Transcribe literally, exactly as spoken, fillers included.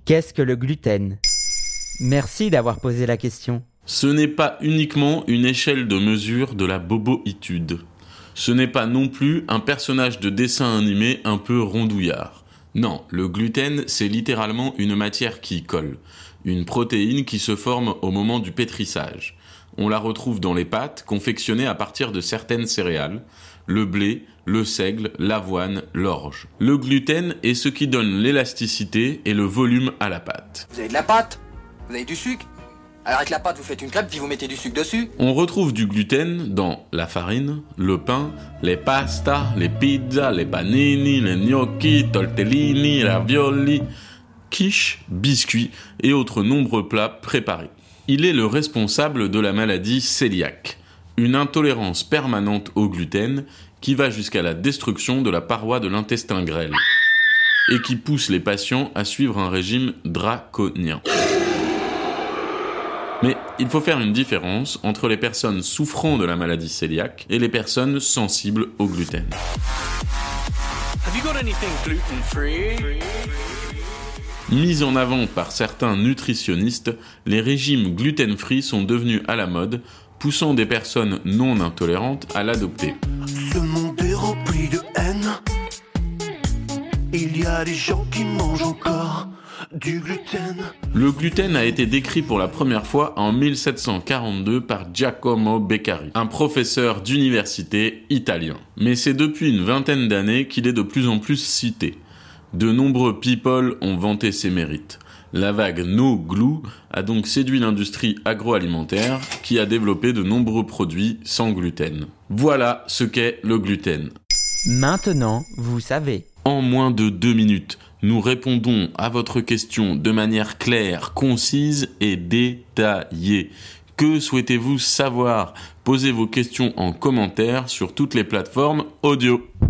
Qu'est-ce que le gluten ? Merci d'avoir posé la question. Ce n'est pas uniquement une échelle de mesure de la boboïtude. Ce n'est pas non plus un personnage de dessin animé un peu rondouillard. Non, le gluten, c'est littéralement une matière qui colle. Une protéine qui se forme au moment du pétrissage. On la retrouve dans les pâtes confectionnées à partir de certaines céréales, le blé, le seigle, l'avoine, l'orge. Le gluten est ce qui donne l'élasticité et le volume à la pâte. Vous avez de la pâte ? Vous avez du sucre ? Alors avec la pâte, vous faites une crêpe puis vous mettez du sucre dessus. On retrouve du gluten dans la farine, le pain, les pastas, les pizzas, les panini, les gnocchi, tortellini, ravioli, quiches, biscuits et autres nombreux plats préparés. Il est le responsable de la maladie cœliaque, une intolérance permanente au gluten qui va jusqu'à la destruction de la paroi de l'intestin grêle et qui pousse les patients à suivre un régime draconien. Mais il faut faire une différence entre les personnes souffrant de la maladie cœliaque et les personnes sensibles au gluten. Have you got anything gluten-free? Mis en avant par certains nutritionnistes, les régimes gluten-free sont devenus à la mode, poussant des personnes non intolérantes à l'adopter. Ce monde est rempli de haine. Il y a des gens qui mangent encore du gluten. Le gluten a été décrit pour la première fois en mille sept cent quarante-deux par Giacomo Beccari, un professeur d'université italien. Mais c'est depuis une vingtaine d'années qu'il est de plus en plus cité. De nombreux people ont vanté ses mérites. La vague No Glue a donc séduit l'industrie agroalimentaire qui a développé de nombreux produits sans gluten. Voilà ce qu'est le gluten. Maintenant, vous savez. En moins de deux minutes, nous répondons à votre question de manière claire, concise et détaillée. Que souhaitez-vous savoir ? Posez vos questions en commentaire sur toutes les plateformes audio.